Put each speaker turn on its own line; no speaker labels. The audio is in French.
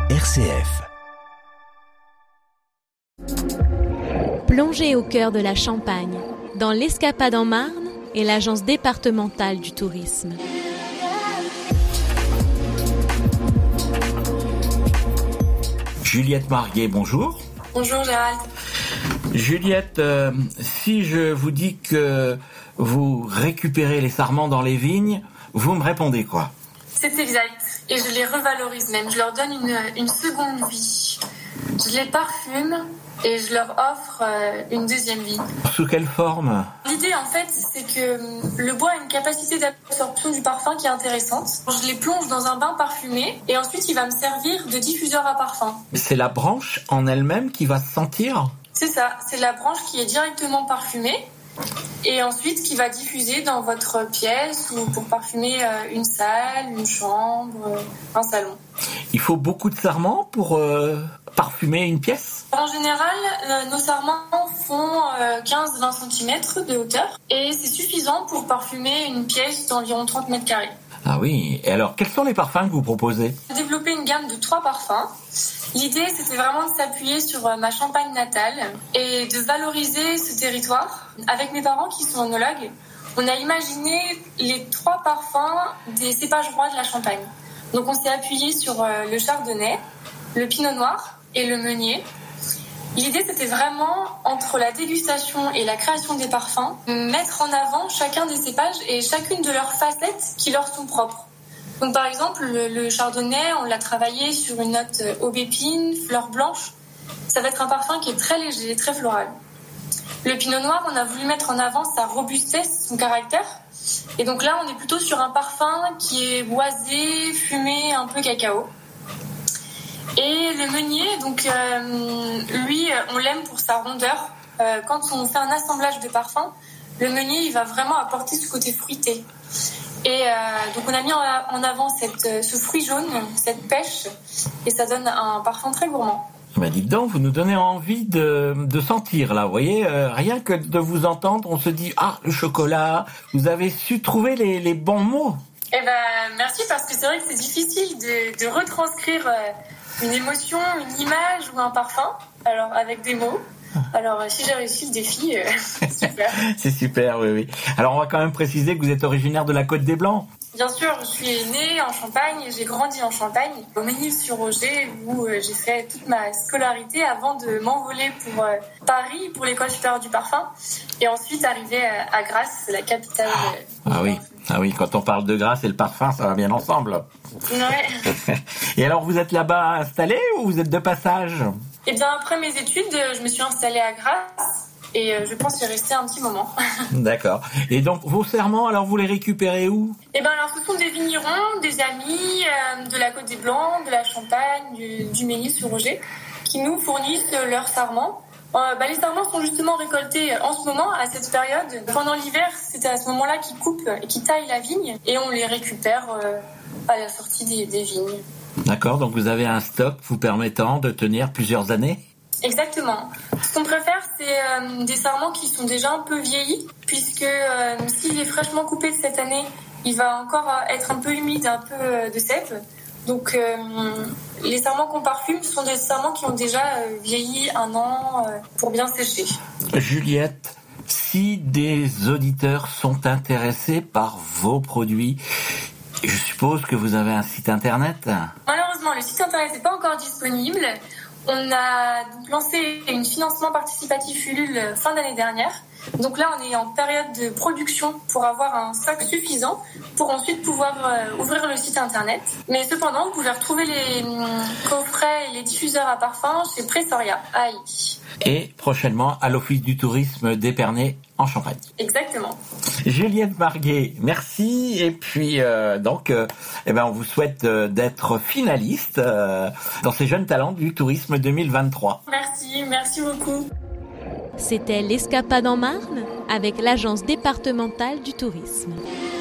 RCF.
Plongez au cœur de la Champagne, dans l'Escapade en Marne et l'Agence départementale du tourisme.
Juliette Marguet, bonjour.
Bonjour Gérald.
Juliette, si je vous dis que vous récupérez les sarments dans les vignes, vous me répondez quoi?
C'est exact. Et je les revalorise même. Je leur donne une seconde vie. Je les parfume et je leur offre une deuxième vie.
Sous quelle forme?
L'idée en fait, c'est que le bois a une capacité d'absorption du parfum qui est intéressante. Je les plonge dans un bain parfumé et ensuite il va me servir de diffuseur à parfum.
C'est la branche en elle-même qui va se sentir?
C'est ça, c'est la branche qui est directement parfumée et ensuite qui va diffuser dans votre pièce ou pour parfumer une salle, une chambre, un salon.
Il faut beaucoup de sarments pour parfumer une pièce?
En général, nos sarments font 15-20 cm de hauteur et c'est suffisant pour parfumer une pièce d'environ 30 mètres carrés.
Ah oui, et alors quels sont les parfums que vous proposez?
J'ai développé une gamme de 3 parfums. L'idée, c'était vraiment de s'appuyer sur ma Champagne natale et de valoriser ce territoire. Avec mes parents qui sont œnologues, on a imaginé les 3 parfums des cépages rois de la Champagne. Donc on s'est appuyé sur le chardonnay, le pinot noir et le meunier. L'idée, c'était vraiment, entre la dégustation et la création des parfums, mettre en avant chacun des cépages et chacune de leurs facettes qui leur sont propres. Donc par exemple, le chardonnay, on l'a travaillé sur une note aubépine, fleur blanche. Ça va être un parfum qui est très léger, très floral. Le pinot noir, on a voulu mettre en avant sa robustesse, son caractère. Et donc là, on est plutôt sur un parfum qui est boisé, fumé, un peu cacao. Et le meunier, donc lui, on l'aime pour sa rondeur. Quand on fait un assemblage de parfums, le meunier, il va vraiment apporter ce côté fruité. Et donc on a mis en avant ce fruit jaune, cette pêche, et ça donne un parfum très gourmand.
Ben dites donc, vous nous donnez envie de sentir là, vous voyez, rien que de vous entendre, on se dit « Ah, le chocolat !» Vous avez su trouver les bons mots.
Eh ben merci, parce que c'est vrai que c'est difficile de retranscrire une émotion, une image ou un parfum, alors avec des mots. Alors si j'ai réussi le défi, super.
C'est super, oui. Alors on va quand même préciser que vous êtes originaire de la Côte des Blancs.
Bien sûr, je suis née en Champagne, j'ai grandi en Champagne, au Mesnil-sur-Roger, où j'ai fait toute ma scolarité avant de m'envoler pour Paris, pour l'école supérieure du parfum, et ensuite arriver à Grasse, la capitale.
Ah oui, quand on parle de Grasse et le parfum, ça va bien ensemble.
Ouais.
Et alors vous êtes là-bas installé ou vous êtes de passage?
Eh bien, après mes études, je me suis installée à Grasse. Et je pense y rester un petit moment.
D'accord. Et donc, vos serments, alors vous les récupérez où?
Eh bien, alors ce sont des vignerons, des amis de la Côte des Blancs, de la Champagne, du Mesnil-sur-Roger, qui nous fournissent leurs sarments. Les sarments sont justement récoltés en ce moment, à cette période. Pendant l'hiver, c'était à ce moment-là qu'ils coupent et qu'ils taillent la vigne. Et on les récupère à la sortie des vignes.
D'accord, donc vous avez un stock vous permettant de tenir plusieurs années?
Exactement. Ce qu'on préfère, c'est des sarments qui sont déjà un peu vieillis, puisque s'il est fraîchement coupé de cette année, il va encore être un peu humide, un peu de sève. Donc les sarments qu'on parfume sont des sarments qui ont déjà vieilli 1 an pour bien sécher.
Juliette, si des auditeurs sont intéressés par vos produits, je suppose que vous avez un site internet?
Malheureusement, le site internet n'est pas encore disponible. On a donc lancé un financement participatif Ulule fin d'année dernière. Donc là, on est en période de production pour avoir un stock suffisant pour ensuite pouvoir ouvrir le site internet. Mais cependant, vous pouvez retrouver les coffrets et les diffuseurs à parfum chez Pressoria à Haïti.
Et prochainement à l'Office du tourisme d'Épernay en Champagne.
Exactement.
Juliette Marguet, merci. Et puis on vous souhaite d'être finaliste dans ces jeunes talents du tourisme 2023.
Merci beaucoup.
C'était l'Escapade en Marne avec l'Agence départementale du tourisme.